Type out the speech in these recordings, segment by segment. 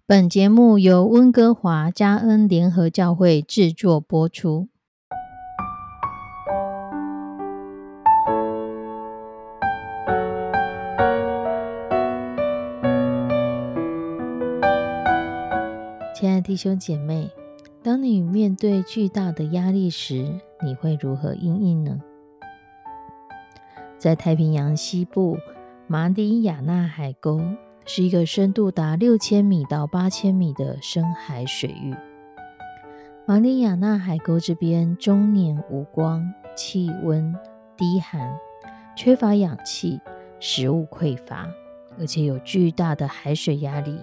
本节目由温哥华嘉恩联合教会制作播出。亲爱的弟兄姐妹，当你面对巨大的压力时，你会如何因应呢？在太平洋西部马里亚纳海沟是一个深度达6000米到8000米的深海水域。马里亚纳海沟这边终年无光，气温低寒，缺乏氧气，食物匮乏，而且有巨大的海水压力。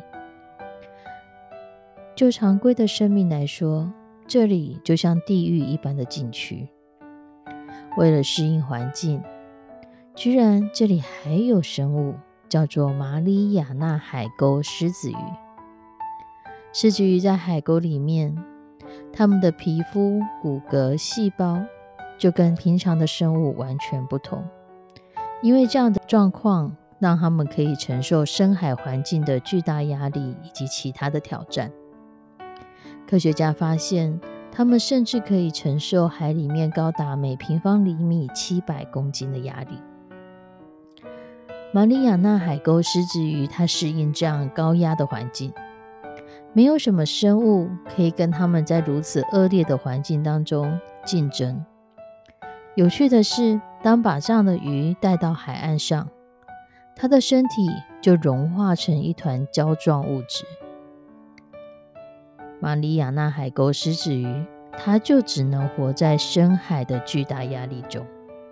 就常规的生命来说，这里就像地狱一般的禁区。为了适应环境，居然这里还有生物叫做马里亚纳海沟狮子鱼。狮子鱼在海沟里面，它们的皮肤、骨骼、细胞就跟平常的生物完全不同。因为这样的状况，让它们可以承受深海环境的巨大压力以及其他的挑战。科学家发现，它们甚至可以承受海里面高达每平方厘米700公斤的压力。马里亚纳海沟狮子鱼它适应这样高压的环境，没有什么生物可以跟它们在如此恶劣的环境当中竞争。有趣的是，当把这样的鱼带到海岸上，它的身体就融化成一团胶状物质。马里亚纳海沟狮子鱼它就只能活在深海的巨大压力中。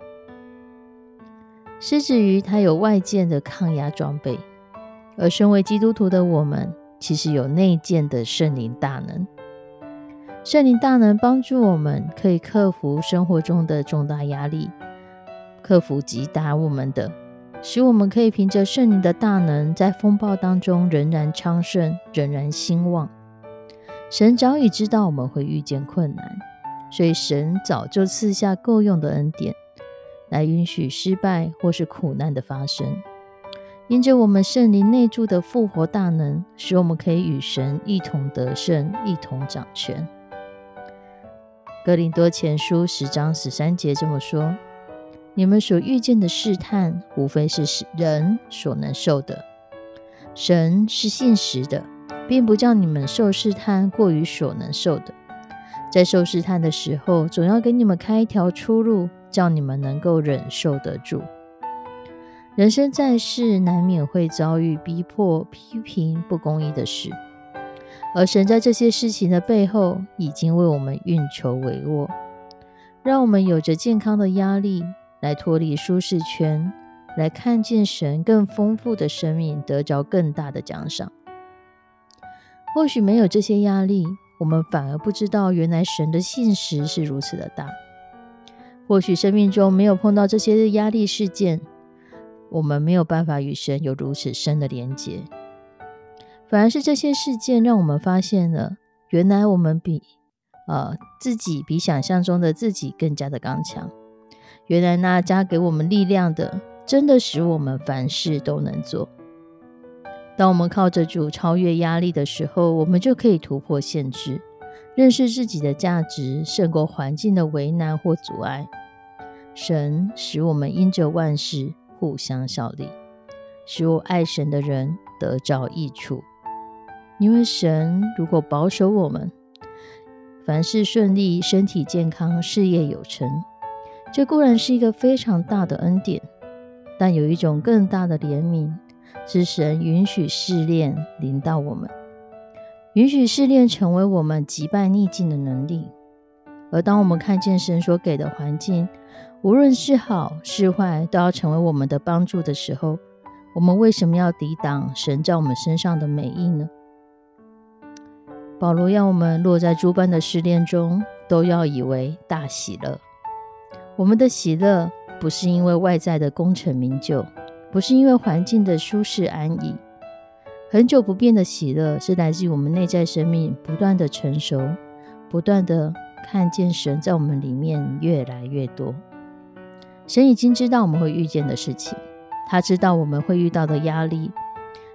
狮子鱼它有外建的抗压装备，而身为基督徒的我们其实有内建的圣灵大能。圣灵大能帮助我们可以克服生活中的重大压力，克服击打我们的，使我们可以凭着圣灵的大能，在风暴当中仍然昌盛，仍然兴旺。神早已知道我们会遇见困难，所以神早就赐下够用的恩典，来允许失败或是苦难的发生。因着我们圣灵内住的复活大能，使我们可以与神一同得胜，一同掌权。哥林多前书10章13节这么说：你们所遇见的试探，无非是人所能受的。神是信实的，并不叫你们受试探过于所能受的。在受试探的时候，总要给你们开一条出路，叫你们能够忍受得住。人生在世，难免会遭遇逼迫、批评、不公义的事，而神在这些事情的背后，已经为我们运筹帷幄，让我们有着健康的压力，来脱离舒适圈，来看见神更丰富的生命，得着更大的奖赏。或许没有这些压力，我们反而不知道原来神的信实是如此的大。或许生命中没有碰到这些压力事件，我们没有办法与神有如此深的连结。反而是这些事件让我们发现了，原来我们自己比想象中的自己更加的刚强。原来那加给我们力量的，真的使我们凡事都能做。当我们靠着主超越压力的时候，我们就可以突破限制，认识自己的价值，胜过环境的为难或阻碍。神使我们因着万事互相效力，使我爱神的人得着益处。因为神如果保守我们，凡事顺利，身体健康，事业有成，这固然是一个非常大的恩典，但有一种更大的怜悯，是神允许试炼临到我们，允许试炼成为我们击败逆境的能力。而当我们看见神所给的环境，无论是好是坏，都要成为我们的帮助的时候，我们为什么要抵挡神在我们身上的美意呢？保罗要我们落在诸般的试炼中，都要以为大喜乐。我们的喜乐不是因为外在的功成名就，不是因为环境的舒适安逸，很久不变的喜乐是来自于我们内在生命不断的成熟，不断的看见神在我们里面越来越多。神已经知道我们会遇见的事情，他知道我们会遇到的压力，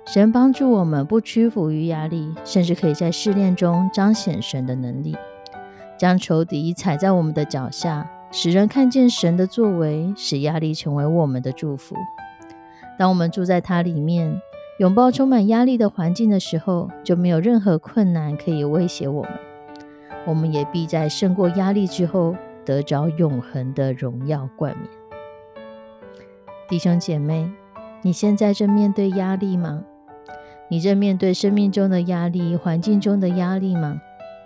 神帮助我们不屈服于压力，甚至可以在试炼中彰显神的能力，将仇敌踩在我们的脚下，使人看见神的作为，使压力成为我们的祝福。当我们住在它里面，拥抱充满压力的环境的时候，就没有任何困难可以威胁我们。我们也必在胜过压力之后，得着永恒的荣耀冠冕。弟兄姐妹，你现在正面对压力吗？你正面对生命中的压力、环境中的压力吗？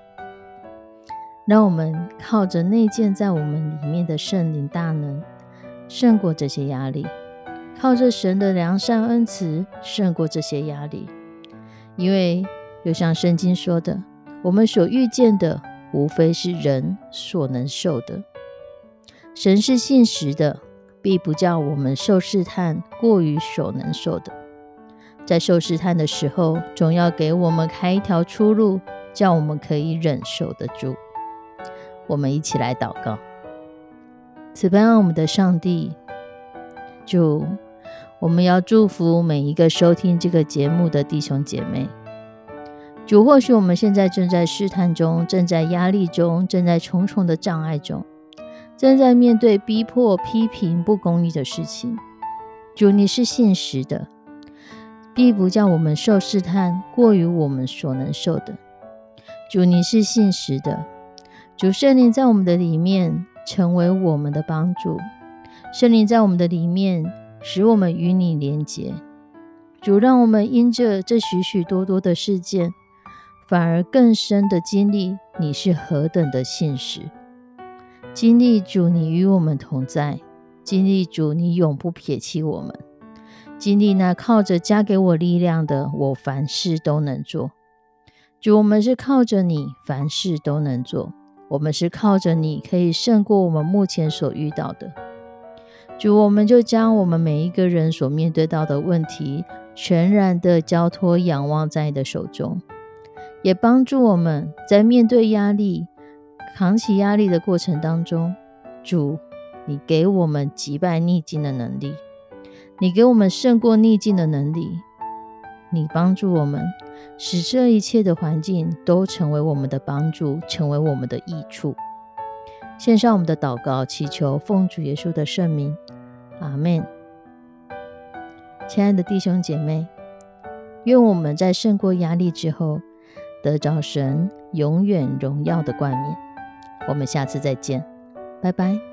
让我们靠着内建在我们里面的圣灵大能，胜过这些压力，靠着神的良善恩慈，胜过这些压力。因为就像圣经说的，我们所遇见的无非是人所能受的。神是信实的，必不叫我们受试探过于所能受的。在受试探的时候，总要给我们开一条出路，叫我们可以忍受得住。我们一起来祷告。慈悲爱我们的上帝，主，我们要祝福每一个收听这个节目的弟兄姐妹。主，或许我们现在正在试探中，正在压力中，正在重重的障碍中，正在面对逼迫、批评、不公义的事情。主，你是信实的，必不叫我们受试探过于我们所能受的。主，你是信实的。主，圣灵在我们的里面成为我们的帮助，圣灵在我们的里面使我们与你连结。主，让我们因着这许许多多的事件，反而更深的经历你是何等的信实，经历主你与我们同在，经历主你永不撇弃我们，经历那靠着加给我力量的，我凡事都能做。主，我们是靠着你凡事都能做，我们是靠着你可以胜过我们目前所遇到的。主，我们就将我们每一个人所面对到的问题全然的交托仰望在你的手中，也帮助我们在面对压力、扛起压力的过程当中，主，你给我们击败逆境的能力，你给我们胜过逆境的能力，你帮助我们使这一切的环境都成为我们的帮助，成为我们的益处。献上我们的祷告，祈求奉主耶稣的圣名，阿们。亲爱的弟兄姐妹，愿我们在胜过压力之后，得着神永远荣耀的冠冕。我们下次再见，拜拜。